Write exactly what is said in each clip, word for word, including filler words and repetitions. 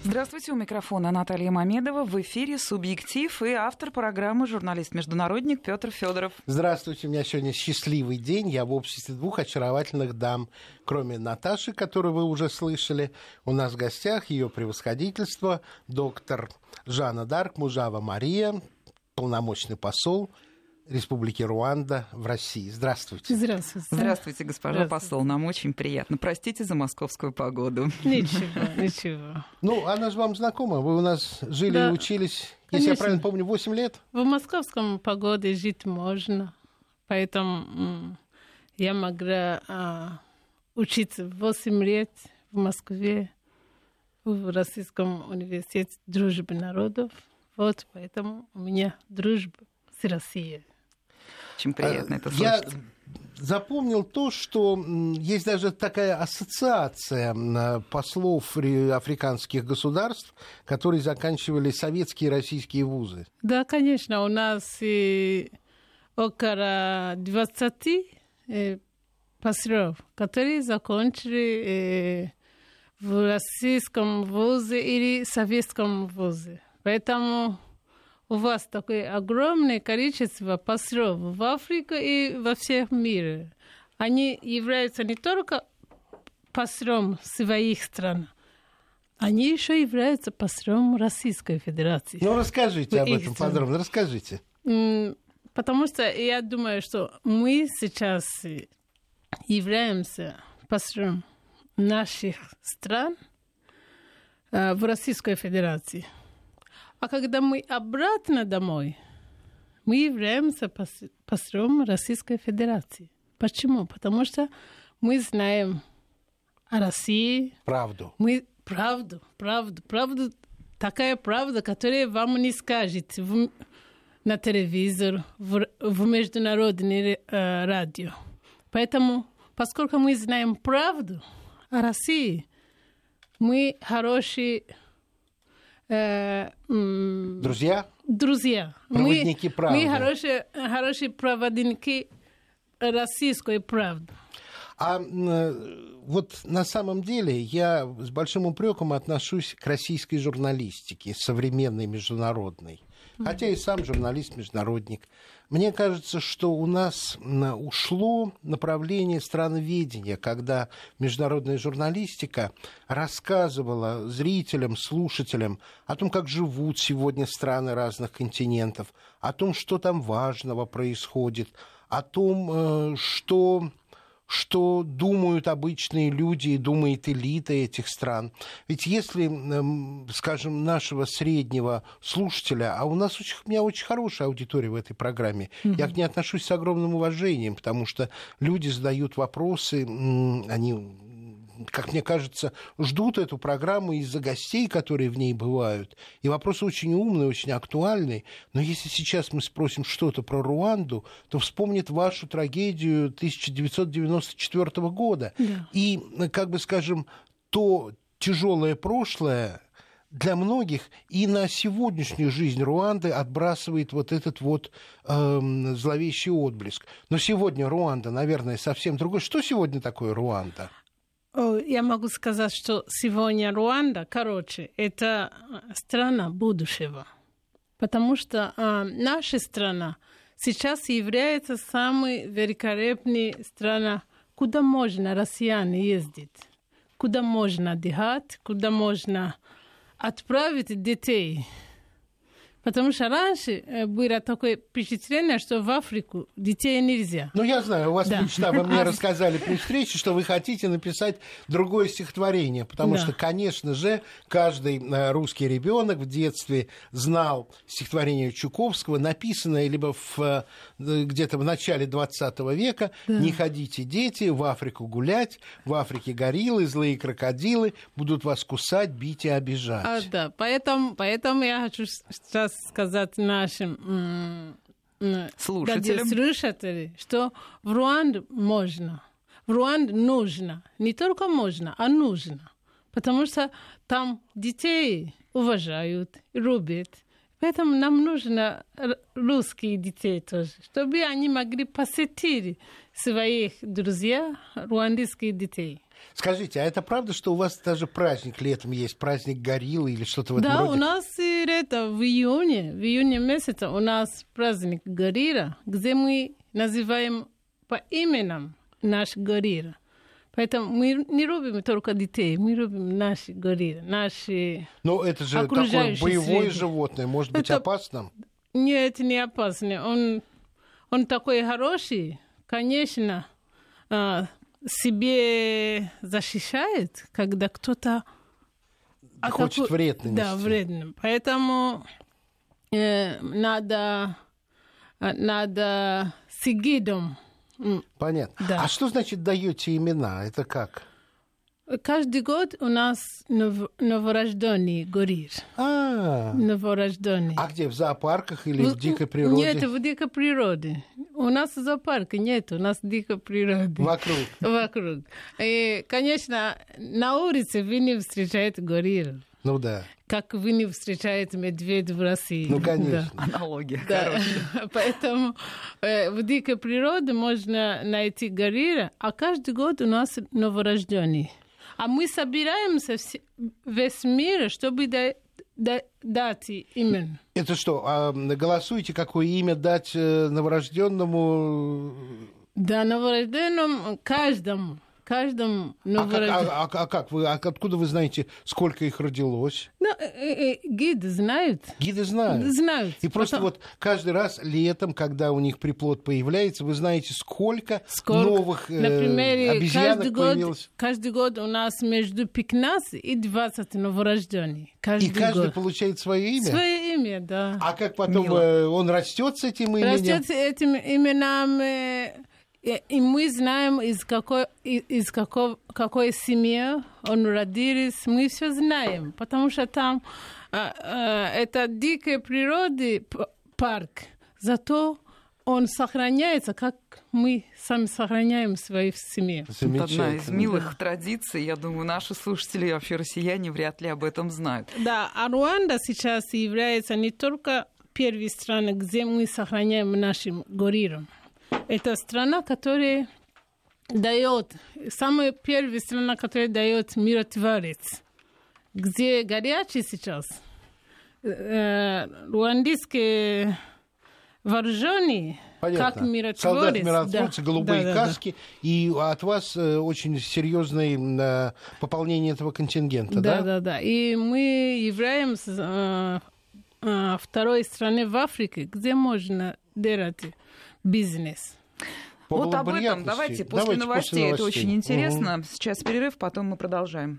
Здравствуйте, у микрофона Наталья Мамедова. В эфире «Субъектив» и автор программы, журналист-международник Петр Федоров. Здравствуйте, у меня сегодня счастливый день. Я в обществе двух очаровательных дам. Кроме Наташи, которую вы уже слышали, у нас в гостях ее превосходительство доктор Жанна Дарк Мужава Мария, полномочный посол Республики Руанда в России. Здравствуйте. Здравствуйте. Здравствуйте, госпожа Здравствуйте. Посол. Нам очень приятно. Простите за московскую погоду. Ничего, ничего. Ну, она же вам знакома. Вы у нас жили да, и учились, конечно. Если я правильно помню, восемь лет? В московском погоде жить можно. Поэтому я могла а, учиться восемь лет в Москве, в Российском университете дружбы народов. Вот поэтому у меня дружба с Россией. Очень приятно это слышать. Я запомнил то, что есть даже такая ассоциация послов африканских государств, которые заканчивали советские и российские вузы. Да, конечно, у нас и около двадцати э, послов, которые закончили э, в российском вузе или советском вузе. Поэтому у вас такое огромное количество послов в Африке и во всем мире. Они являются не только послом своих стран, они еще являются послом Российской Федерации. Ну, расскажите об этом подробно, расскажите. Потому что я думаю, что мы сейчас являемся послом наших стран в Российской Федерации. А когда мы обратно домой, мы являемся послом Российской Федерации. Почему? Потому что мы знаем о России. Правду. Мы правду, правду, правду. Такая правда, которая вам не скажет в, на телевизор, в, в международное э, радио. Поэтому, поскольку мы знаем правду о России, мы хорошие... Друзья? Друзья. Проводники мы, правды. Мы хорошие, хорошие проводники российской правды. А вот на самом деле я с большим упреком отношусь к российской журналистике, современной, международной. Хотя и сам журналист-международник. Мне кажется, что у нас ушло направление страноведения, когда международная журналистика рассказывала зрителям, слушателям о том, как живут сегодня страны разных континентов, о том, что там важного происходит, о том, что... что думают обычные люди и думает элита этих стран. Ведь если, скажем, нашего среднего слушателя, а у нас очень, у меня очень хорошая аудитория в этой программе, mm-hmm. я к ней отношусь с огромным уважением, потому что люди задают вопросы, они... как мне кажется, ждут эту программу из-за гостей, которые в ней бывают. И вопросы очень умные, очень актуальные. Но если сейчас мы спросим что-то про Руанду, то вспомнит вашу трагедию тысяча девятьсот девяносто четвёртого года. Да. И, как бы скажем, то тяжелое прошлое для многих и на сегодняшнюю жизнь Руанды отбрасывает вот этот вот э, зловещий отблеск. Но сегодня Руанда, наверное, совсем другой. Что сегодня такое Руанда? Я могу сказать, что сегодня Руанда, короче, это страна будущего. Потому что э, наша страна сейчас является самой великолепной страной, куда можно россияне ездить, куда можно отдыхать, куда можно отправить детей. Потому что раньше было такое впечатление, что в Африку детей нельзя. Ну, я знаю, у вас да. мечта, вы мне рассказали при встрече, что вы хотите написать другое стихотворение, потому да. что, конечно же, каждый русский ребенок в детстве знал стихотворение Чуковского, написанное либо в, где-то в начале двадцатого века да. «Не ходите, дети, в Африку гулять, в Африке гориллы, злые крокодилы будут вас кусать, бить и обижать». А, да, поэтому, поэтому я хочу сейчас сказать нашим слушателям, слушателям, что в Руанду можно, в Руанду нужно, не только можно, а нужно, потому что там детей уважают, любят. Поэтому нам нужно русские детей тоже, чтобы они могли посетить своих друзей, руандских детей. Скажите, а это правда, что у вас даже праздник летом есть, праздник гориллы или что-то в этом Да, роде? у нас это в июне, в июне месяце у нас праздник горилла, где мы называем по именам наш горилла. Поэтому мы не любим только детей, мы любим наши гориллы, наши Но это же такое боевое животное, может быть это... опасным? Нет, не опасно. Он, он такой хороший, конечно, себе защищает, когда кто-то хочет атаку... вред нанести. Да, вредно. Поэтому э, надо, надо с гидом. Понятно. Да. А что значит даете имена? Это как? Каждый год у нас нов, новорожденный горилл. А, новорожденный. А где, в зоопарках или в, в дикой природе? Нет, в дикой природе. У нас зоопарка нет, у нас дикой природы. Вокруг. Вокруг. И, конечно, на улице вы не встречаете горилл. Ну да. Как вы не встречаете медведя в России. Ну, конечно. Да. Аналогия да. хорошая. Поэтому э, в дикой природе можно найти горилла, а каждый год у нас новорожденный. А мы собираемся весь мир, чтобы да, да, дать имя. Это что, а голосуете, какое имя дать новорожденному? Да, новорожденному каждому. Каждому новорожденному. А, а, а, а как вы, а откуда вы знаете, сколько их родилось? Ну, э, э, гиды знают. Гиды знают. Знают. И просто Потом... вот каждый раз летом, когда у них приплод появляется, вы знаете, сколько, сколько? новых э, Например, обезьянок каждый год, появилось. Каждый год у нас между пятнадцать и двадцать новорожденных. Каждый и каждый год. получает свое имя? Свое имя, да. А как потом э, он растет с этим именем? Растет с этим именем... Э, И мы знаем, из какой, из какой, какой семьи он родился. Мы все знаем, потому что там а, а, это дикая природа, парк. Зато он сохраняется, как мы сами сохраняем свои семьи. Это одна из милых да. традиций. Я думаю, наши слушатели, вообще россияне, вряд ли об этом знают. Да, а Руанда сейчас является не только первой страной, где мы сохраняем нашим гориллам. Это страна, которая дает, самая первая страна, которая дает миротворец, где горячий сейчас. Э, руандийские вооруженные, как миротворец. Солдаты-миротворцы, да, голубые да, каски, да, да. И от вас э, очень серьезное э, пополнение этого контингента, да? Да, да, да. И мы являемся э, э, второй страной в Африке, где можно делать бизнес. По вот об этом давайте после, давайте новостей. после новостей. Это очень интересно. Угу. Сейчас перерыв, потом мы продолжаем.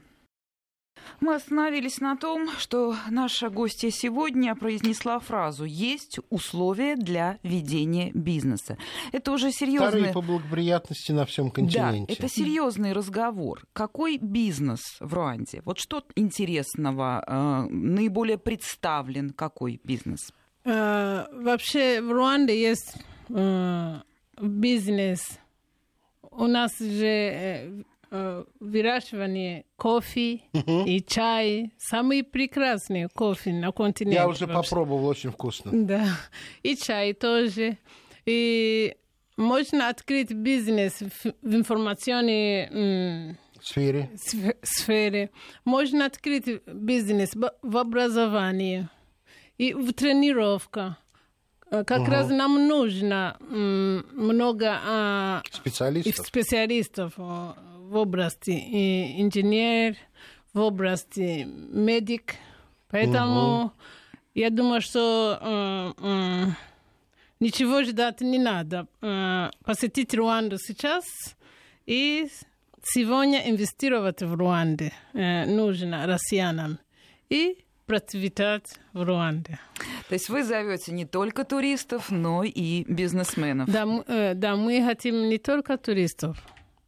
Мы остановились на том, что наша гостья сегодня произнесла фразу «Есть условия для ведения бизнеса». Это уже серьезный... Вторые по благоприятности на всем континенте. Да, это серьезный разговор. Какой бизнес в Руанде? Вот что интересного, э, наиболее представлен какой бизнес? Uh, вообще в Руанде есть uh, бизнес. У нас же uh, выращивание кофе uh-huh. и чай. Самые прекрасные кофе на континенте. Я уже вообще. попробовал, очень вкусно. Да, и чай тоже. И можно открыть бизнес в, в информационной м- сфере. Сф- сфере. Можно открыть бизнес в образовании. И в тренировках. Как угу. раз нам нужно м, много а, специалистов. специалистов в области и инженер, в области медик. Поэтому угу. я думаю, что а, а, ничего ждать не надо. А, посетить Руанду сейчас и сегодня инвестировать в Руанду а, нужно россиянам. И процветать в Руанде. То есть вы зовете не только туристов, но и бизнесменов. Да, мы, э, да, мы хотим не только туристов,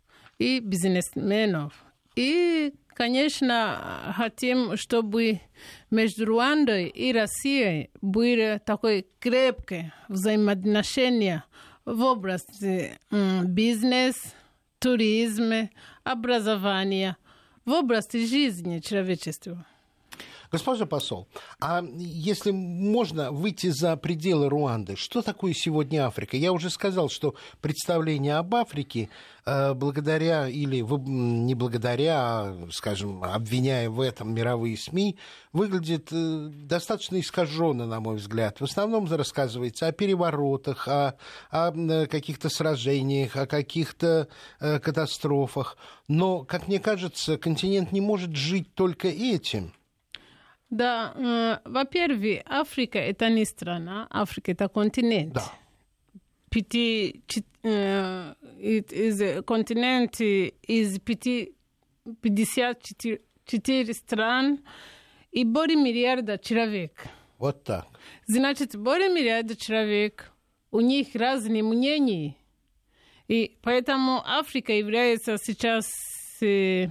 и бизнесменов. И, конечно, хотим, чтобы между Руандой и Россией было такое крепкое взаимоотношение в области э, бизнеса, туризма, образования, в области жизни человечества. Госпожа посол, а если можно выйти за пределы Руанды, что такое сегодня Африка? Я уже сказал, что представление об Африке благодаря или не благодаря, а, скажем, обвиняя в этом мировые СМИ, выглядит достаточно искаженно, на мой взгляд. В основном рассказывается о переворотах, о, о каких-то сражениях, о каких-то катастрофах. Но, как мне кажется, континент не может жить только этим. Да, э, во-первых, Африка — это не страна, Африка — это континент. Да. Пяти, э, из континент из пяти, пятьдесят четыре стран и более миллиарда человек. Вот так. Значит, более миллиарда человек, у них разные мнения. И поэтому Африка является сейчас э,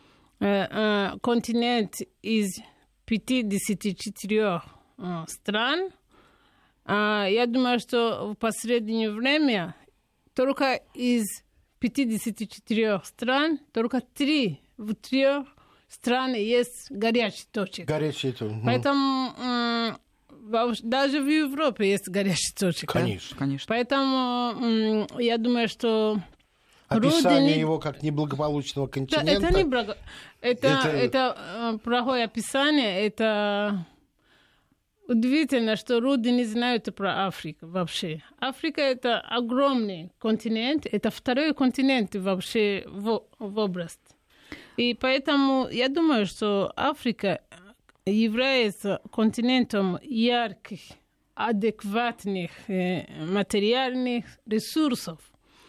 э, континент из пятьдесят четыре э, стран. А, я думаю, что в последнее время только из пятидесяти четырёх стран только три в трех странах есть горячие точки. Горячие точки. Поэтому э, даже в Европе есть горячие точки. Конечно, конечно. Поэтому э, я думаю, что описание Родине... его как неблагополучного континента. Да, это не благо... это, это... это э, плохое описание. Это удивительно, что люди не знают про Африку вообще. Африка — это огромный континент, это второй континент вообще в, в области. И поэтому я думаю, что Африка является континентом ярких, адекватных э, материальных ресурсов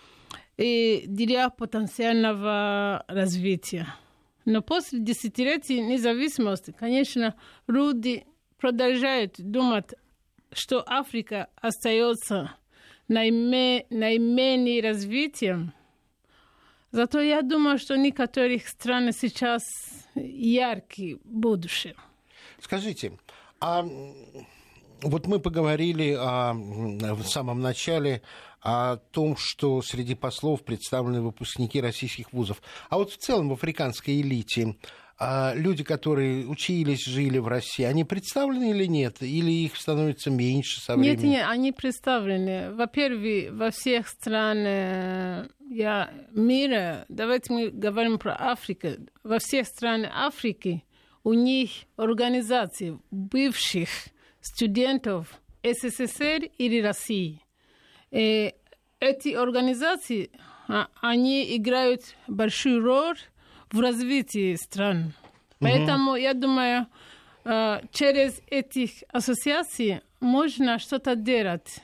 и для потенциального развития. Но после десятилетий независимости, конечно, люди продолжают думать, что Африка остается наиме, наименее развитием. Зато я думаю, что в некоторых странах сейчас яркие будущее. Скажите, а вот мы поговорили о, в самом начале о том, что среди послов представлены выпускники российских вузов. А вот в целом в африканской элите люди, которые учились, жили в России, они представлены или нет? Или их становится меньше со временем? Нет, нет, они представлены. Во-первых, во всех странах мира, давайте мы говорим про Африку, во всех странах Африки у них организации бывших студентов СССР или России. И эти организации, они играют большую роль в развитии стран. Поэтому, uh-huh. я думаю, через эти ассоциации можно что-то делать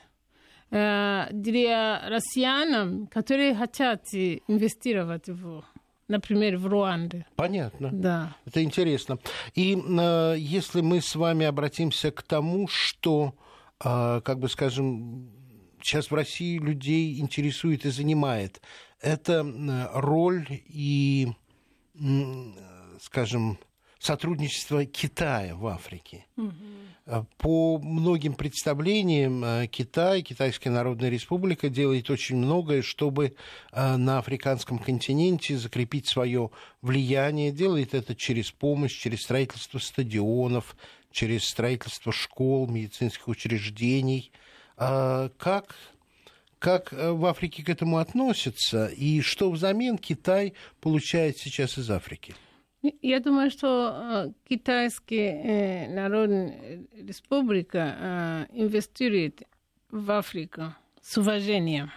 для россиян, которые хотят инвестировать в, например, в Руанду. Понятно. Да. Это интересно. И э, если мы с вами обратимся к тому, что, э, как бы скажем, сейчас в России людей интересует и занимает, это роль и, скажем, сотрудничество Китая в Африке. Угу. По многим представлениям Китай, Китайская Народная Республика делает очень многое, чтобы на африканском континенте закрепить свое влияние. Делает это через помощь, через строительство стадионов, через строительство школ, медицинских учреждений. Как, как в Африке к этому относятся и что взамен Китай получает сейчас из Африки? Я думаю, что Китайская Народная Республика инвестирует в Африку с уважением.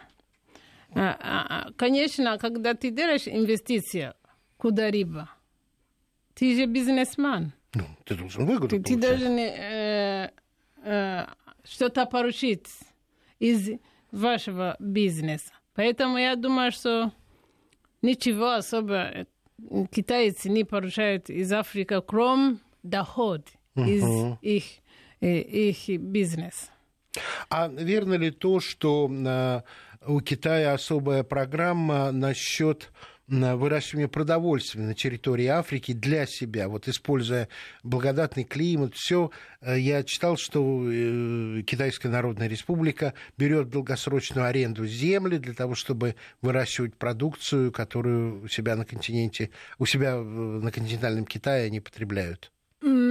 Конечно, когда ты делаешь инвестиции куда-либо, ты же бизнесмен. Ну, ты должен выгоду ты, ты должен э, э, что-то поручить из вашего бизнеса. Поэтому я думаю, что ничего особо китайцы не получают из Африки, кроме дохода из uh-huh. их, их бизнеса. А верно ли то, что у Китая особая программа насчет выращивания продовольствия на территории Африки для себя, вот используя благодатный климат, все. Я читал, что Китайская Народная Республика берет в долгосрочную аренду земли для того, чтобы выращивать продукцию, которую у себя на континенте, у себя на континентальном Китае они потребляют. Mm,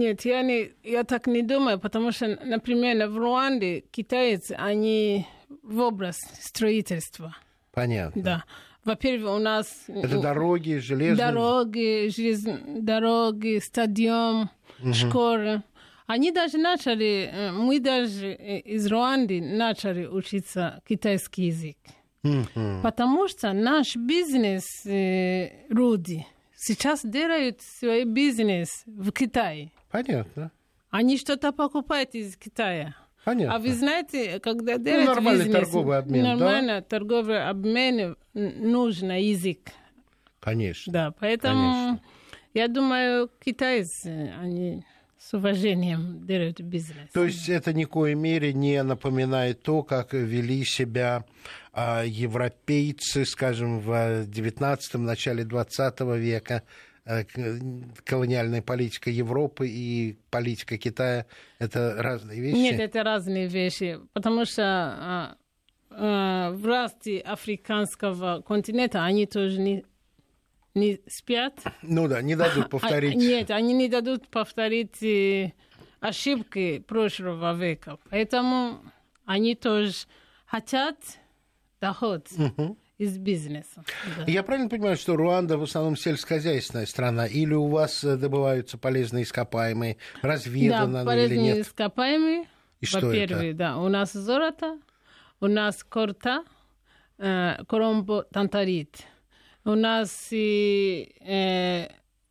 Нет, я, не, я так не думаю, потому что, например, в Руанде китайцы, они в область строительства. Понятно. Да. Во-первых, у нас... Это дороги, железные... Дороги, желез... дороги, стадион, угу. школы. Они даже начали, мы даже из Руанды начали учиться китайский язык. Угу. Потому что наш бизнес, э, люди, сейчас делают свой бизнес в Китае. Понятно. Они что-то покупают из Китая. Понятно. А вы знаете, когда делают ну, нормальный бизнес, торговый обмен, нормально да? торговый обмен, нужен язык. Конечно. Да, поэтому Конечно. я думаю, китайцы, они с уважением делают бизнес. То есть это ни в коей мере не напоминает то, как вели себя а, европейцы, скажем, в девятнадцатом, начале двадцатого века. Колониальная политика Европы и политика Китая — это разные вещи? Нет, это разные вещи, потому что а, а, власти африканского континента, они тоже не, не спят. Ну да, не дадут повторить. А, нет, они не дадут повторить ошибки прошлого века, поэтому они тоже хотят доход. Угу. Из бизнеса. Да. Я правильно понимаю, что Руанда в основном сельскохозяйственная страна? Или у вас добываются полезные ископаемые, разведаны да, или нет? полезные ископаемые. И что это? Да, у нас золото, у нас корта, э, кромбо-тантарит. У нас и, э,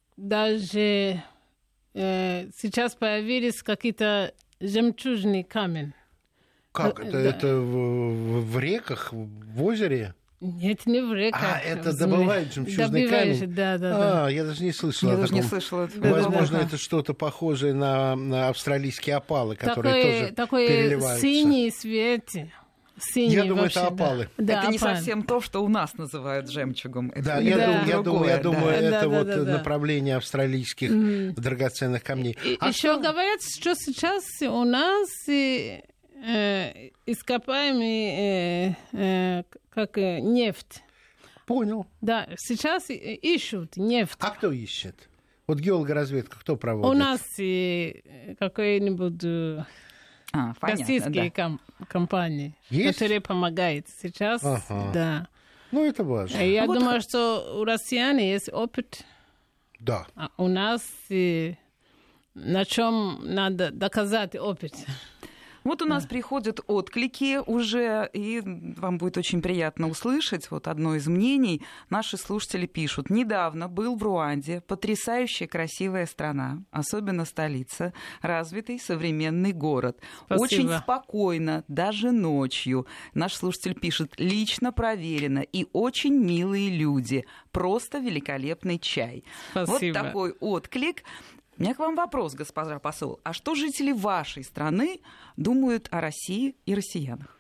даже э, сейчас появились какие-то жемчужные камни. Как? Это, да. это в, в реках, в озере? Нет, не в реках. А, это добывают жемчужный камень? Да, да, а, да. я даже не слышала я о даже таком. не слышала. Возможно, да, да. это что-то похожее на, на австралийские опалы, которые такое, тоже такое переливаются. Синий свет. Синий я думаю, вообще, это опалы. Да. Да, это не опалы. совсем то, что у нас называют жемчугом. Это да, это я, да. Думаю, я думаю, я думаю, да. это Да, вот да, да, направление австралийских mm. драгоценных камней. И, а еще что... говорят, что сейчас у нас э, э, ископаемые э, э, как э, нефть. Понял. Да, сейчас ищут нефть. А кто ищет? Вот геологоразведка кто проводит? У нас э, какой-нибудь э, а, российские да. ком- компании, Есть? которые помогают сейчас. Ага. Да. Ну, это важно. Я а думаю, вот... что у россиян есть опыт. Да. А у нас э, на чем надо доказать опыт. Вот у нас приходят отклики уже, и вам будет очень приятно услышать. Вот одно из мнений. Наши слушатели пишут. Недавно был в Руанде. Потрясающая красивая страна, особенно столица. Развитый современный город. Спасибо. Очень спокойно, даже ночью. Наш слушатель пишет. Лично проверено. И очень милые люди. Просто великолепный чай. Спасибо. Вот такой отклик. У меня к вам вопрос, госпожа посол. А что жители вашей страны думают о России и россиянах?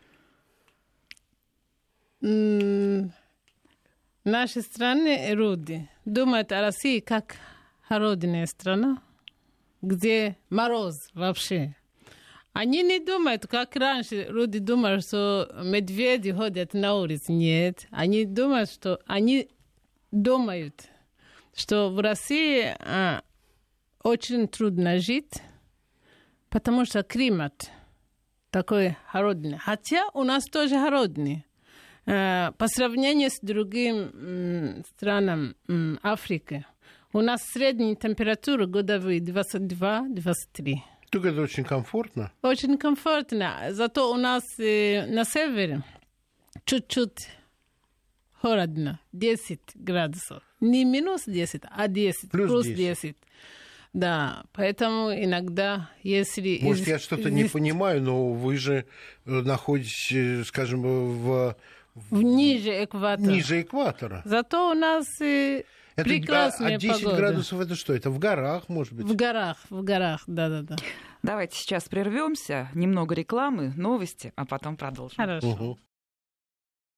Mm, наши страны люди думают о России как холодная страна, где мороз вообще. Они не думают, как раньше люди думали, что медведи ходят на улице. Нет, они думают, что они думают, что в России а, очень трудно жить, потому что климат такой холодный. Хотя у нас тоже холодный. А, по сравнению с другими странами Африки, у нас средняя температура годовая двадцать два - двадцать три. Так это очень комфортно. Очень комфортно. Зато у нас э, на севере чуть-чуть холодно. десять градусов. Не минус десять, а десять. Плюс, плюс десять. десять. Да, поэтому иногда, если... Может, я что-то не понимаю, но вы же находитесь, скажем, в... в ниже экватора. Ниже экватора. Зато у нас э, это, прекрасная а, а десять погода. градусов это что? Это в горах, может быть? В горах, в горах, да-да-да. Давайте сейчас прервемся, немного рекламы, новости, а потом продолжим. Хорошо. Угу.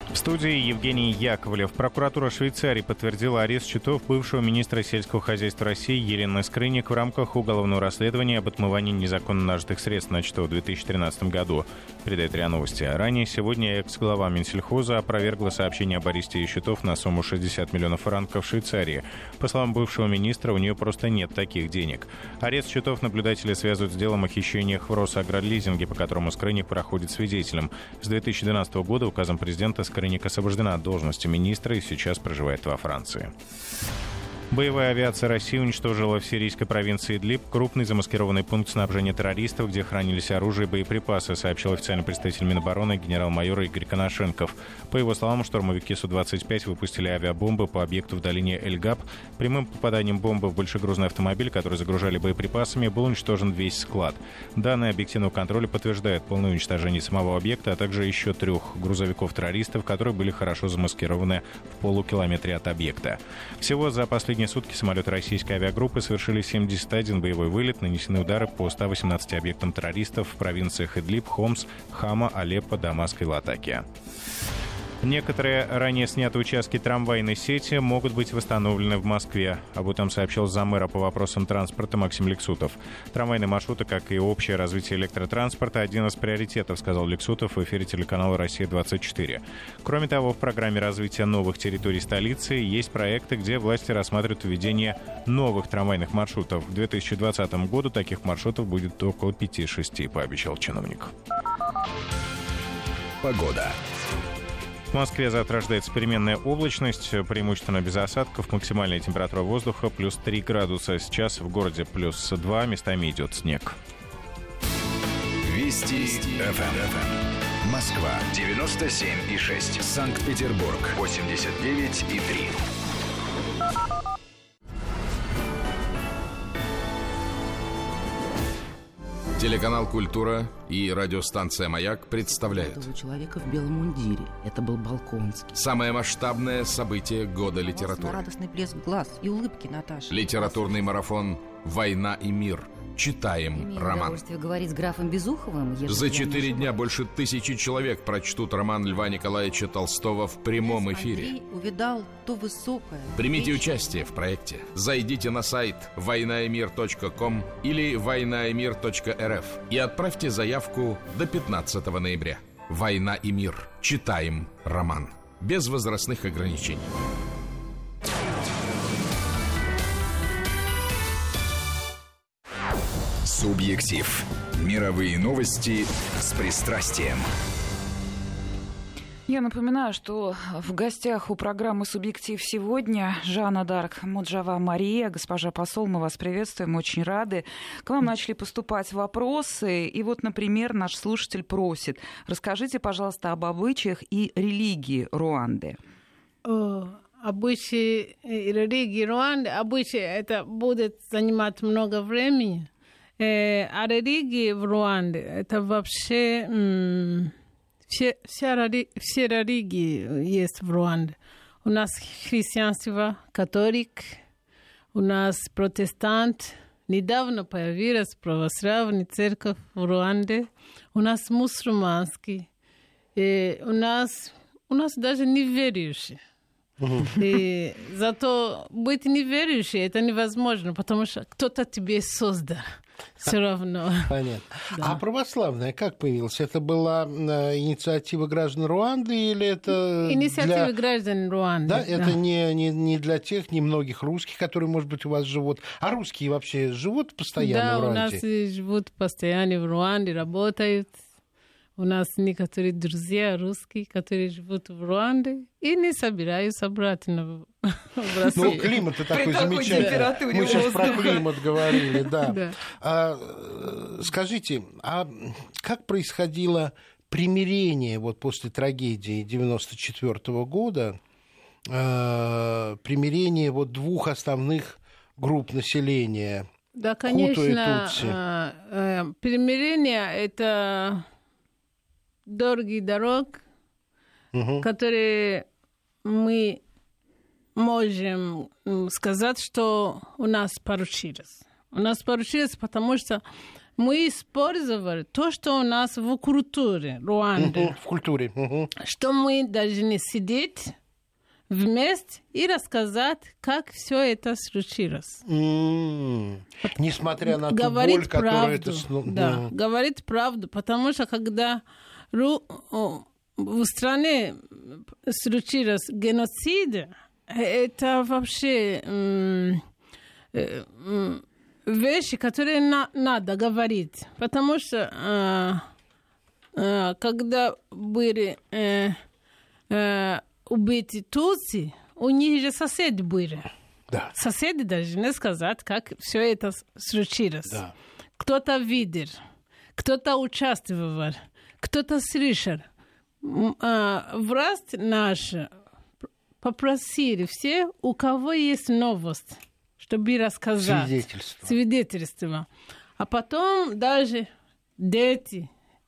В студии Евгений Яковлев. Прокуратура Швейцарии подтвердила арест счетов бывшего министра сельского хозяйства России Елены Скрынник в рамках уголовного расследования об отмывании незаконно нажитых средств, начатого в две тысячи тринадцатом году, передает РИА Новости. Ранее сегодня экс-глава Минсельхоза опровергла сообщение об аресте ее счетов на сумму шестьдесят миллионов франков в Швейцарии. По словам бывшего министра, у нее просто нет таких денег. Арест счетов наблюдатели связывают с делом о хищениях в Росагролизинге, по которому Скрынник проходит свидетелем. С две тысячи двенадцатого года указом президента Скрынник освобождена от должности министра и сейчас проживает во Франции. Боевая авиация России уничтожила в сирийской провинции Идлиб крупный замаскированный пункт снабжения террористов, где хранились оружие и боеприпасы, сообщил официальный представитель Минобороны генерал-майор Игорь Коношенков. По его словам, штурмовики Су двадцать пять выпустили авиабомбы по объекту в долине Эль-Габ. Прямым попаданием бомбы в большегрузный автомобиль, который загружали боеприпасами, был уничтожен весь склад. Данные объективного контроля подтверждают полное уничтожение самого объекта, а также еще трех грузовиков-террористов, которые были хорошо замаскированы в полукилометре от объекта. Всего за последние сутки самолеты российской авиагруппы совершили семьдесят один боевой вылет, нанесены удары по ста восемнадцати объектам террористов в провинциях Идлиб, Хомс, Хама, Алеппо, Дамаск и Латакия. Некоторые ранее снятые участки трамвайной сети могут быть восстановлены в Москве. Об этом сообщил заммэра по вопросам транспорта Максим Лексутов. Трамвайные маршруты, как и общее развитие электротранспорта, один из приоритетов, сказал Лексутов в эфире телеканала «Россия двадцать четыре». Кроме того, в программе развития новых территорий столицы есть проекты, где власти рассматривают введение новых трамвайных маршрутов. К две тысячи двадцатому году таких маршрутов будет около пяти-шести, пообещал чиновник. Погода. В Москве завтра ожидается переменная облачность, преимущественно без осадков, максимальная температура воздуха плюс три градуса. Сейчас в городе плюс два, местами идет снег. Вести эф эм. Москва девяносто семь и шесть. Санкт-Петербург восемьдесят девять и три. Телеканал «Культура» и радиостанция «Маяк» представляют. Этого человека в белом мундире. Это был Балконский. Самое масштабное событие года литературы. Радостный блеск глаз и улыбки Наташи. Литературный марафон «Война и мир». Читаем Имею роман. удовольствие говорить с графом Безуховым. За четыре дня больше тысячи человек прочтут роман Льва Николаевича Толстого в прямом эфире. Андрей увидал то высокое. Примите вечное. участие в проекте. Зайдите на сайт война и мир точка ком или война и мир точка эр эф и отправьте заявку до пятнадцатого ноября. «Война и мир». Читаем роман. Без возрастных ограничений. Субъектив. Мировые новости с пристрастием. Я напоминаю, что в гостях у программы «Субъектив» сегодня Жанна Дарк Моджава Мария. Госпожа посол, мы вас приветствуем, очень рады. К вам начали поступать вопросы. И вот, например, наш слушатель просит: расскажите, пожалуйста, об обычаях и религии Руанды. О, обычаи и религии Руанды, обычаи, это будет занимать много времени. Э, а религии в Руанде, это вообще... М- Все, вся, все религии есть в Руанде. У нас христианство, католик, у нас протестант. Недавно появилась православная церковь в Руанде. У нас мусульманский. И у нас, у нас даже неверующие. И зато быть неверующим это невозможно, потому что кто-то тебе создал. Все равно. Понятно. Да. А православная как появилась? Это была инициатива граждан Руанды или это... Инициатива для... граждан Руанды. Да, да. это не, не, не для тех немногих русских, которые, может быть, у вас живут. А русские вообще живут постоянно да, в Руанде? Да, у нас живут постоянно в Руанде, работают. У нас некоторые друзья русские, которые живут в Руанде и не собираются обратно в Россию. Ну, климат такой замечательный. Мы сейчас про климат говорили, да. да. А, скажите, а как происходило примирение вот после трагедии девяносто четвёртого года, а, примирение вот двух основных групп населения? Да, конечно. Хуту и Тутси. А, а, примирение — это... дорогий дорог, угу. которые мы можем сказать, что у нас получилось. У нас получилось, потому что мы использовали то, что у нас в культуре Руанды. Uh-huh, в культуре. Uh-huh. Что мы должны сидеть вместе и рассказать, как все это случилось. Mm. Несмотря на ту боль, которую это... Да, mm. говорит правду, потому что когда ру... в стране случилось геноцид, это вообще м- м- вещи, которые на- надо говорить, потому что э- э- когда были э- э- убиты тутси, у них же соседи были. Да. Соседи должны сказать, как все это случилось. Да. Кто-то видел, кто-то участвовал, кто-то слышал. Власть наша попросили все, у кого есть новость, чтобы рассказать. Свидетельство. Свидетельство. А потом даже дети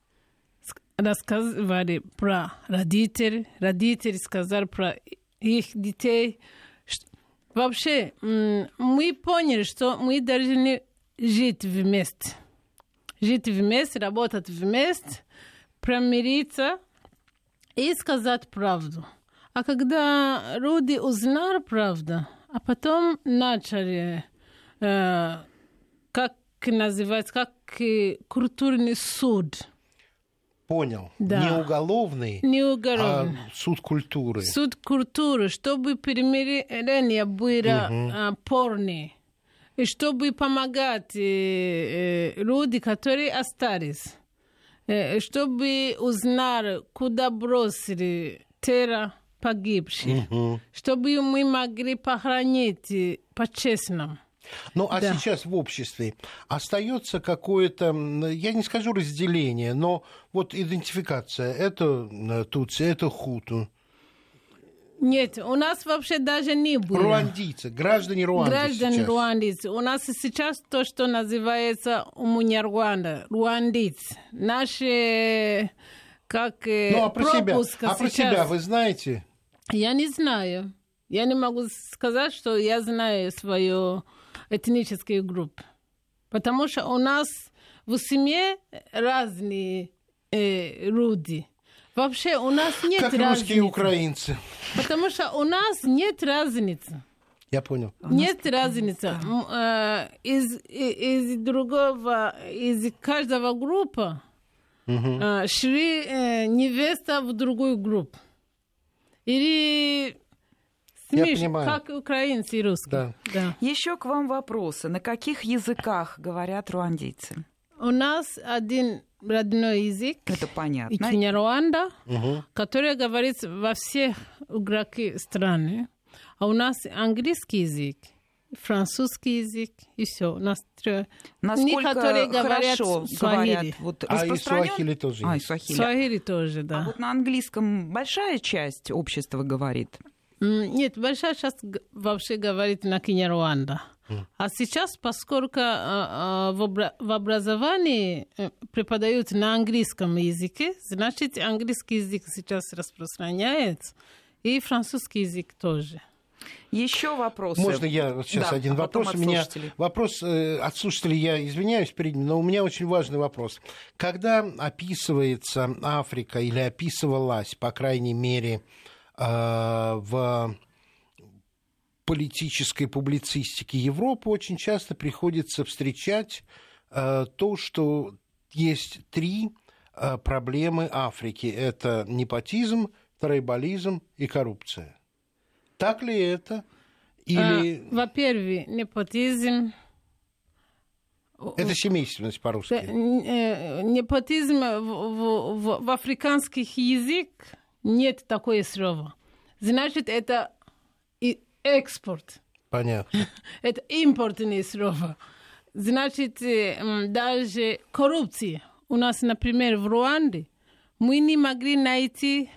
рассказывали про родителей, родители сказали про их детей. Вообще, мы поняли, что мы должны жить вместе. Жить вместе, работать вместе, примириться и сказать правду. А когда люди узнали правду, а потом начали, э, как называется, как э, культурный суд. Понял. Да. Не уголовный, Не уголовный, а суд культуры. Суд культуры, чтобы примирение было Угу. э, полное. И чтобы помогать э, э, людям, которые остались. Э, чтобы узнали, куда бросили тело погибших. Угу. Чтобы мы могли похоронить э, по-честному. Ну, а Да. сейчас в обществе остается какое-то, я не скажу разделение, но вот идентификация. Это тутси, это хуту. Нет, у нас вообще даже не было. Руандийцы, граждане Руанды Граждане сейчас. руандийцы. У нас сейчас то, что называется умуняруанда, руандийцы. Наши, как э, Ну, а про себя, пропуск а про сейчас. себя вы знаете? Я не знаю. Я не могу сказать, что я знаю свою этническую группу. Потому что у нас в семье разные э, люди. Вообще у нас нет Как разницы. русские и украинцы. Потому что у нас нет разницы. Я понял. Нет разницы. М, э, Из, и- из другого, из каждого группы Мгм. э, шли э, невеста в другую группу. Или Я смеш, понимаю. как украинцы и русские. Да. Да. Еще к вам вопросы. На каких языках говорят руандийцы? У нас один родной язык, Это понятно. Киняруанда, Мгм. который говорится во всех уголках страны. А у нас английский язык, французский язык, и все. У нас трё- Насколько Некоторые говорят хорошо суахили. говорят? Вот А и распространён- суахили тоже А, и есть. суахили. Суахили тоже, да. А вот на английском большая часть общества говорит? М, Нет, большая часть г- вообще говорит на Киняруанда. А сейчас, поскольку а, а, в, обра- в образовании э, преподают на английском языке, значит, английский язык сейчас распространяется, и французский язык тоже. Еще вопросы? Можно я вот сейчас Да, один а потом вопрос? от У меня слушателей. вопрос э, от слушателей, я извиняюсь перед ним, но у меня очень важный вопрос. Когда описывается Африка или описывалась, по крайней мере, э, в политической публицистике Европы, очень часто приходится встречать э, то, что есть три э, проблемы Африки. Это непотизм, тройболизм и коррупция. Так ли это? Или... А, во-первых, непотизм. Это семейственность Э, по-русски. э, Непотизм в, в, в, в африканских язык нет такого слова. Значит, это и экспорт. Понятно. Это импортное слово. Значит, э, м, даже коррупция. У нас, например, в Руанде мы не могли найти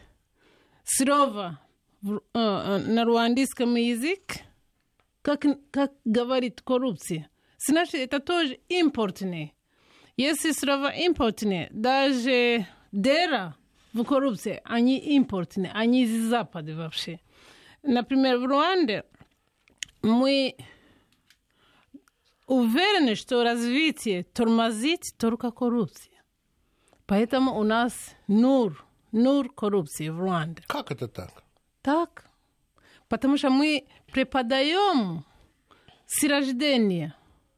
слово в- э, э, на руандийском языке, как, как говорит коррупция. Значит, это тоже импортное. Если слово импортное, даже дыра в коррупции, они импортные, они из Запада вообще. Например, в Руанде мы уверены, что развитие тормозит только коррупция. Поэтому у нас нур, нур коррупции в Руанде. Как это так? Так. Потому что мы преподаем с рождения,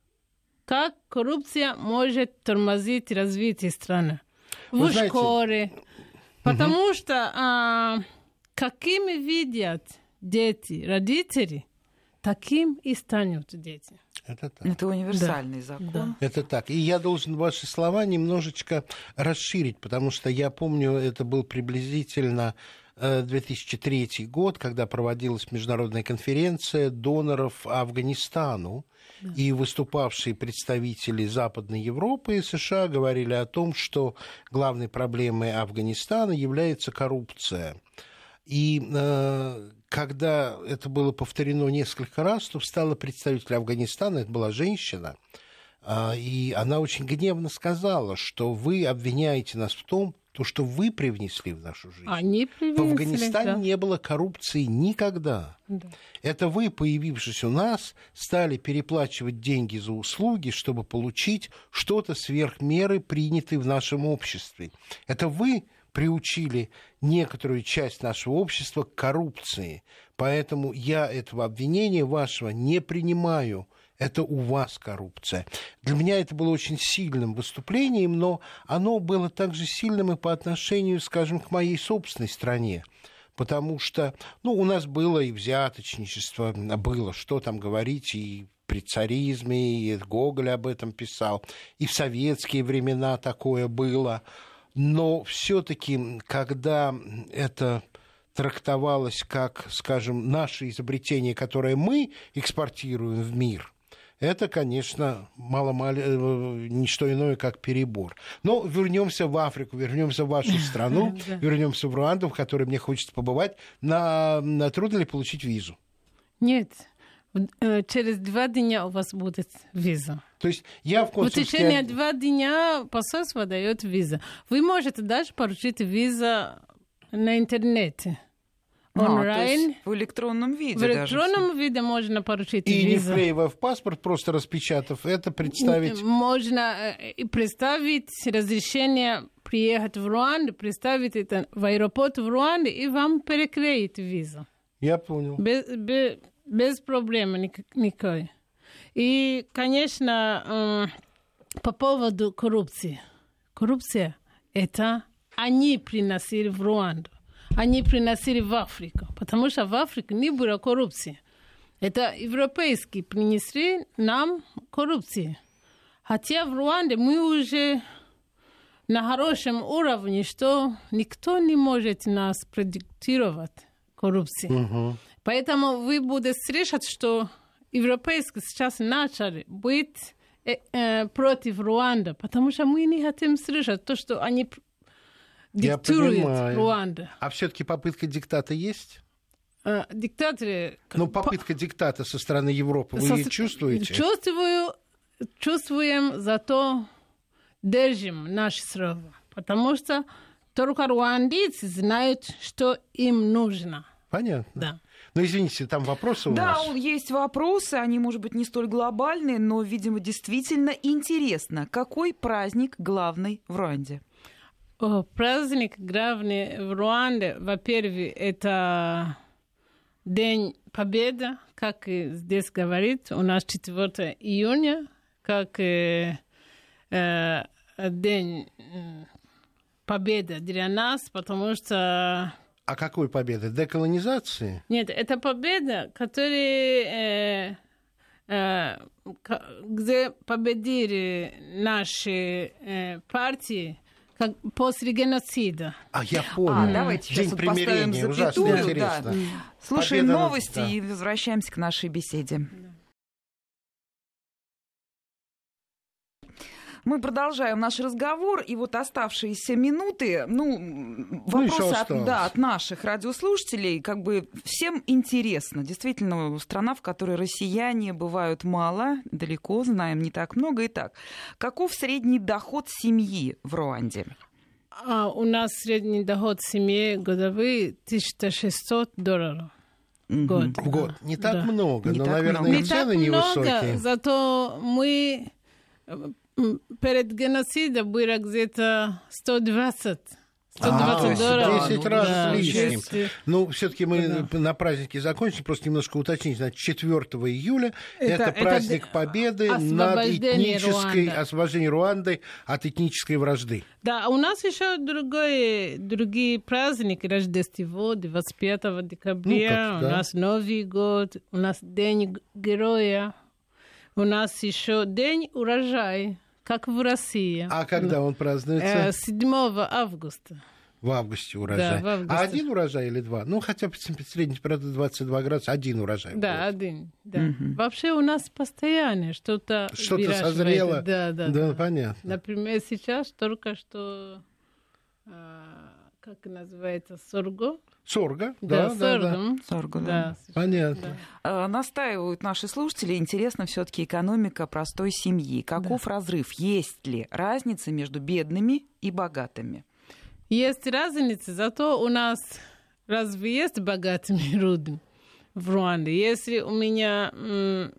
как коррупция может тормозить развитие страны. Вы в знаете... школе. Потому угу. что а, какими видят дети, родители, таким и станут дети. Это так. Это универсальный да. закон. Да. Это так. И я должен ваши слова немножечко расширить, потому что я помню, это был приблизительно две тысячи третий год, когда проводилась международная конференция доноров Афганистану, да. и выступавшие представители Западной Европы и США говорили о том, что главной проблемой Афганистана является коррупция. И э, когда это было повторено несколько раз, то встала представитель Афганистана, это была женщина, э, и она очень гневно сказала, что вы обвиняете нас в том, то, что вы привнесли в нашу жизнь. Они привнесли, в Афганистане да. не было коррупции никогда. Да. Это вы, появившись у нас, стали переплачивать деньги за услуги, чтобы получить что-то сверх меры, принятое в нашем обществе. Это вы приучили некоторую часть нашего общества к коррупции. Поэтому я этого обвинения вашего не принимаю. Это у вас коррупция. Для меня это было очень сильным выступлением, но оно было также сильным и по отношению, скажем, к моей собственной стране. Потому что, ну, у нас было и взяточничество, было, что там говорить, и при царизме, и Гоголь об этом писал, и в советские времена такое было. Но все-таки, когда это трактовалось как, скажем, наше изобретение, которое мы экспортируем в мир, это, конечно, мало-мало, не что иное, как перебор. Но вернемся в Африку, вернемся в вашу страну, вернемся в Руанду, в которой мне хочется побывать. На, на трудно ли получить визу? Нет. Через два дня у вас будет виза. То есть я в консульстве... В течение два дня посольство дает визу. Вы можете даже получить визу на интернете. Онлайн. А, в электронном виде. В электронном даже. виде можно получить и визу. И не вклеивая в паспорт, просто распечатав это, представить... Можно представить разрешение приехать в Руанду, представить это в аэропорт в Руанде, и вам переклеить визу. Я понял. Без, без, без проблем никакой. И, конечно, по поводу коррупции. Коррупция – это они приносили в Руанду. Они приносили в Африку, потому что в Африке не было коррупции. Это европейские принесли нам коррупцию. Хотя в Руанде мы уже на хорошем уровне, что никто не может нас продиктировать коррупцию. Угу. Поэтому вы будете слышать, что европейские сейчас начали быть э, э, против Руанды, потому что мы не хотим слышать то, что они... диктует Руанда. А все-таки попытка диктата есть? А, диктаторы... Ну, попытка по... диктата со стороны Европы, вы со... ее чувствуете? Чувствую, чувствуем, зато держим наши слова. Потому что только руандийцы знают, что им нужно. Понятно. Да. Ну, извините, там вопросы у да, нас? Да, есть вопросы, они, может быть, не столь глобальные, но, видимо, действительно интересно. Какой праздник главный в Руанде? О, праздник главный в Руанде, во-первых, это День Победы, как здесь говорит, у нас четвёртого июня, как э, э, День Победы для нас, потому что... А какой победы? Деколонизации? Нет, это победа, которая... Э, э, где победили наши э, партии, как после геноцида. А, я понял. А, давайте сейчас вот поставим запятую. Да. Слушаем Победа, новости да. и возвращаемся к нашей беседе. Мы продолжаем наш разговор, и вот оставшиеся минуты, ну, вопросы ну, от, да, от наших радиослушателей, как бы всем интересно. Действительно, страна, в которой россияне бывают мало, далеко, знаем, не так много. Итак, каков средний доход семьи в Руанде? А у нас средний доход семьи годовой тысяча шестьсот долларов. год. В год. Не так да. много, не но, так наверное, много. и цены не так невысокие. много, зато мы перед геноцидом было где-то сто двадцать. сто двадцать А, долларов. десять раз да, с лишним. десять. Ну, все-таки мы Да. на празднике закончим, просто немножко уточнить. Значит, четвёртого июля это, Это- праздник это Победы над освобождение этнической, Руанды. освобождение Руанды от этнической вражды. Да, у нас еще другой, другие праздники. Рождество, двадцать пятого декабря, Ну, как, у да. нас Новый год, у нас День героя, у нас еще День урожая, как в России. А когда он празднуется? Э, седьмого августа. В августе урожай. Да, в августе. А один урожай или два? Ну, хотя бы средний температура двадцать два градуса, один урожай. Да, будет. один. Да. Мгм. Вообще у нас постоянно что-то Что-то выращивает. созрело. Да, да, Да, да. понятно. Например, сейчас только что, а, как называется, сорго? Сорго, да, да, да. соргом. Сорго, да. Да, Понятно. А, Настаивают наши слушатели, интересно все-таки экономика простой семьи. Каков разрыв? Есть ли разница между бедными и богатыми? Есть разница, зато у нас разве есть богатыми люди в Руанде? Если у меня м,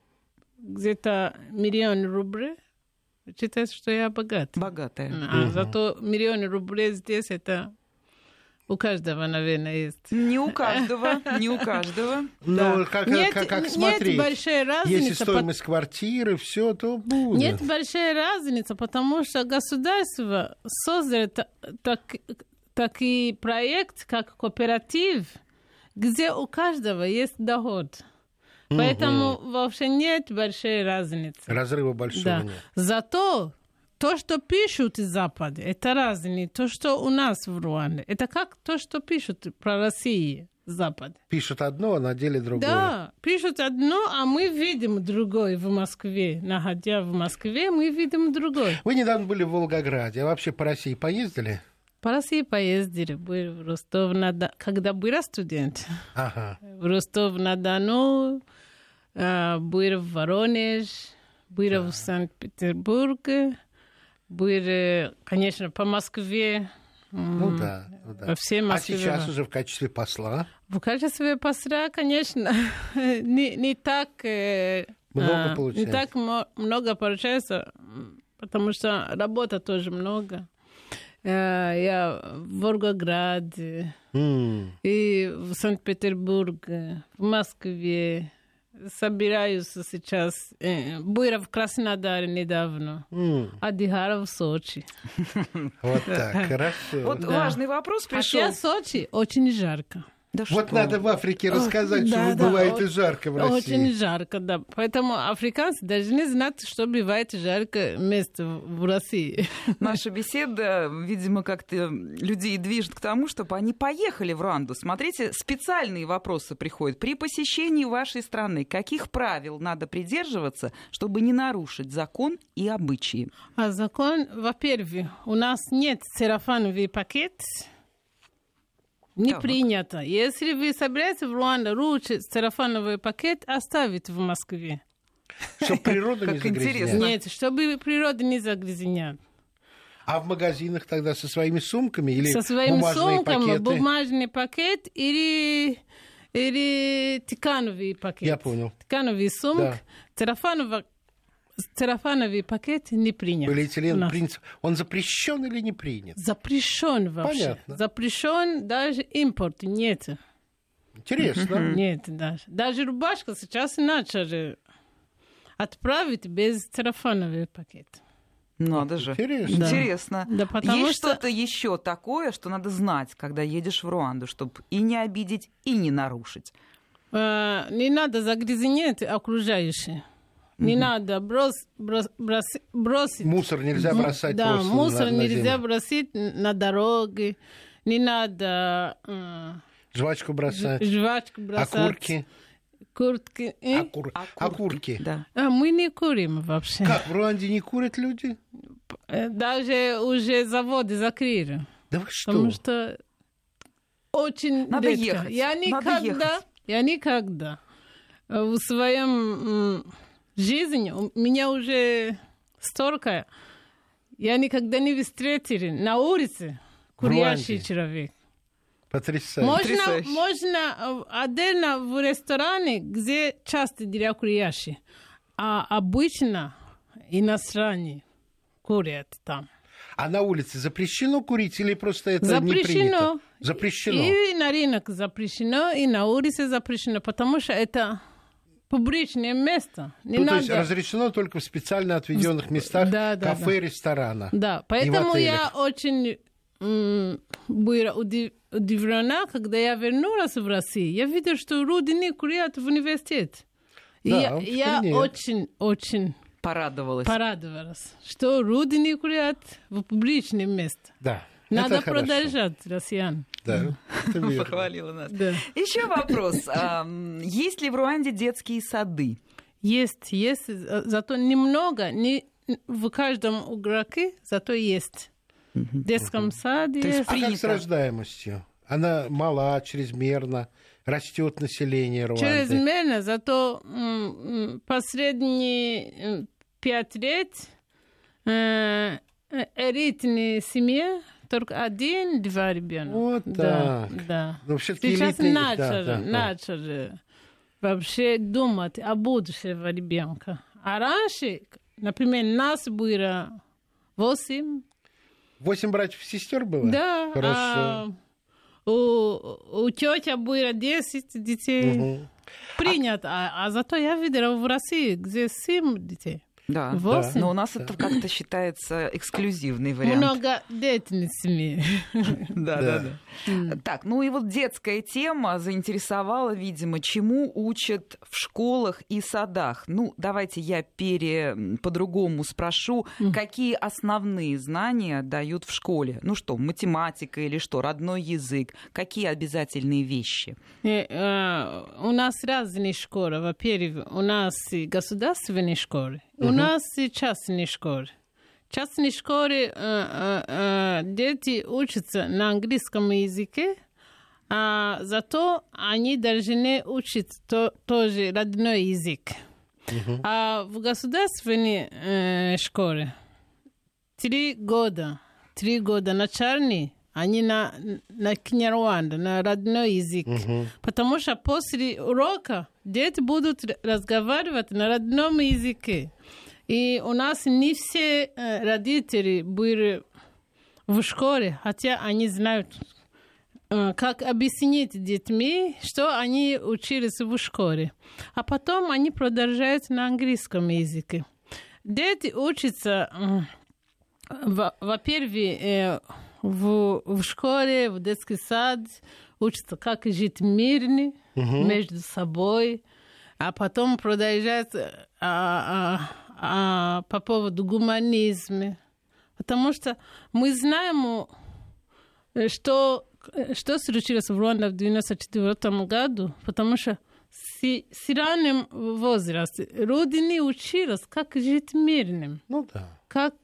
где-то миллион рублей, считается, что я богат. Богатые. А зато миллион рублей здесь это у каждого, наверное, есть. Не у каждого, не у каждого. Ну, Да. как, Нет, как, как нет смотреть? большой разницы. Если стоимость квартиры, все, то будет. Нет большой разницы, потому что государство создало та- так, такой проект, как кооператив, где у каждого есть доход. Поэтому вообще нет большой разницы. Разрыва большого Да. нет. Зато то, что пишут из Запада, это разные. То, что у нас в Руанде, это как то, что пишут про Россию, Запад. Пишут одно, а на деле другое. Да, пишут одно, а мы видим другое в Москве. Находя в Москве, мы видим другое. Вы недавно были в Волгограде, а вообще по России поездили? По России поездили, были в Ростов-на-Дону, когда был студент. Ага. В Ростов-на-Дону, а, был в Воронеж, был в Санкт-Петербурге, были, конечно, по Москве. Ну м, да, ну да. Во всей А Москве. сейчас уже в качестве посла В качестве посла, конечно, не, не так, э, Много а, не получается. так мо- много получается, м, потому что работа тоже много. Э, Я в Волгограде М. и в Санкт-Петербурге, в Москве. Собираюсь сейчас. Э, Была в Краснодаре недавно. М. Отдыхала в Сочи. Вот так, хорошо. Вот Да. важный вопрос пришел. Хотя в Сочи очень жарко. Да Вот что? надо в Африке рассказать, что да, вы да, бывает и о- жарко в России. Очень жарко, да. Поэтому африканцы должны знать, что бывает жарко место в в России. Наша беседа, видимо, как-то людей движет к тому, чтобы они поехали в Руанду. Смотрите, специальные вопросы приходят. При посещении вашей страны каких правил надо придерживаться, чтобы не нарушить закон и обычаи? А закон, во-первых, у нас нет сарафановый пакет. Не Так. принято. Если вы собираетесь в Руанду, лучше сарафановый пакет оставить в Москве. Чтобы природу не Как интересно. загрязнять. Нет, чтобы природу не загрязнять. А в магазинах тогда со своими сумками или Со своими бумажные сумками пакеты? бумажный пакет или, или ткановый пакет. Я понял. Ткановый сумок. Да. Сарафановый, сарафановый пакет не принят. у Полиэтилен нас. принцип. Он запрещен или не принят? Запрещен вообще. Понятно. Запрещен даже импорт. Нет. Интересно. Нет даже. Даже рубашка сейчас начали отправить без сарафановый пакет. Надо же. Интересно. Да. Интересно. Да, потому Есть что- что-то еще такое, что надо знать, когда едешь в Руанду, чтобы и не обидеть, и не нарушить? Э, не надо загрязнять окружающие. Не надо брос, брос, брос- бросить. Мусор нельзя М, бросать Да, просто мусор на- на нельзя землю. бросить на дороге. Не надо э, Жвачку бросать. жвачку бросать. Окурки. Куртки. э? Окур- Окурки. Да. А мы не курим вообще. Как, в Руанде не курят люди? Э, Даже уже заводы закрыли. Да вы что? Потому что очень Надо редко. ехать. Я Надо никогда, ехать. я никогда в своем м, жизни, у меня уже столько, я никогда не встретил на улице курящий Руанде. человек. Потрясающе. Можно, можно отдельно в ресторане, где часто едят курящие, а обычно иностранные курят там. А на улице запрещено курить или просто это запрещено. не принято? Запрещено. И на рынок запрещено, и на улице запрещено, потому что это публичное место. Не ну, надо... То есть разрешено только в специально отведенных местах, да, да, кафе, да. ресторана. Да, поэтому я очень м- была удивлена, когда я вернулась в Россию. Я видела, что люди курят в университете. Да, я, я очень-очень порадовалась. порадовалась, что люди не курят в публичном месте. Да. Надо это продолжать, россиян. Да, похвалила нас. Да. Еще вопрос. Есть ли в Руанде детские сады? Есть, есть. Зато немного, не в каждом уголке, зато есть. В детском саде То есть есть. А как с рождаемостью? Она мала, чрезмерно, растет население Руанды. Чрезмерно, зато м, последние пять лет э, элитные семьи только один-два ребенка. Вот да, так. Да. Но все-таки Сейчас элитные... начали, да, да, начали да. вообще думать о будущем ребенка. А раньше, например, нас было восемь. Восемь братьев и сестер было? Да. Хорошо. А у, у тети было десять детей. Угу. Принято. А, а зато я видела в России, где семь детей. Да, восемь. Но у нас это как-то считается эксклюзивный вариант. Многодетные семьи. Да, да, да. Так, ну и вот детская тема заинтересовала, видимо, чему учат в школах и садах. Ну, давайте я пере... по-другому спрошу, какие основные знания дают в школе? Ну что, математика или что, родной язык? Какие обязательные вещи? У нас разные школы. Во-первых, у нас государственные школы. У нас и частные школы. В частной школе э, э, э, дети учатся на английском языке, а зато они должны учить то, тоже родной язык. Uh-huh. А в государственной э, школе три года, три года начальные, они на, на Киняруанда, на родной язык. Uh-huh. Потому что после урока дети будут разговаривать на родном языке. И у нас не все э, родители были в школе, хотя они знают, э, как объяснить детьми, что они учились в школе. А потом они продолжают на английском языке. Дети учатся, э, во- во-первых, э, в, в школе, в детский сад, учатся, как жить мирно uh-huh. между собой, а потом продолжают... Э, э, А, по поводу гуманизма. Потому что мы знаем, что, что случилось в Руанде в девяносто четвёртом году, потому что с, с ранним возрастом люди не учились, как жить мирным, ну, да. как,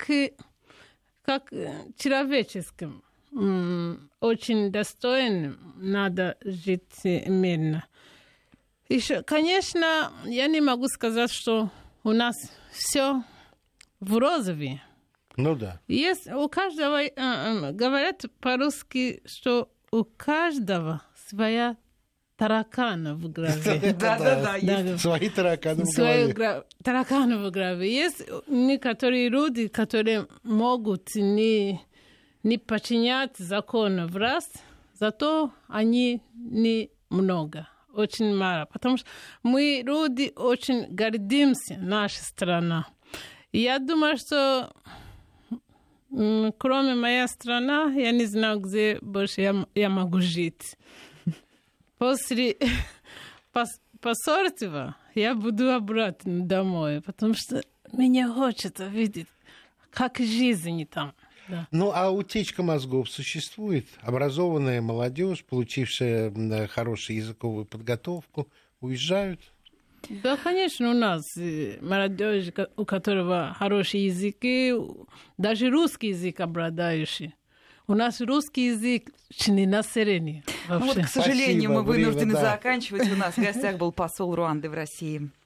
как человеческим, очень достойным надо жить мирно. Еще, конечно, я не могу сказать, что у нас все в розове. Ну да. Есть у каждого, э, э, говорят по-русски, что у каждого своя таракана в голове. Да-да-да, свои тараканы в голове. Тараканы в голове. Есть некоторые люди, которые могут не, не подчинять закону власти, зато они не много. Очень мало, потому что мы, люди, очень гордимся нашей страной. И я думаю, что кроме моей страны, я не знаю, где больше я, я могу жить. После посольства я буду обратно домой, потому что мне хочется видеть, как жизнь там. Да. Ну, а утечка мозгов существует? Образованная молодежь, получившая хорошую языковую подготовку, уезжают? Да, конечно, у нас молодежь, у которого хороший язык, даже русский язык обладающий. У нас русский язык не население. Ну, вот, к сожалению, Спасибо, мы вынуждены Брива, да. заканчивать. У нас в гостях был посол Руанды в России.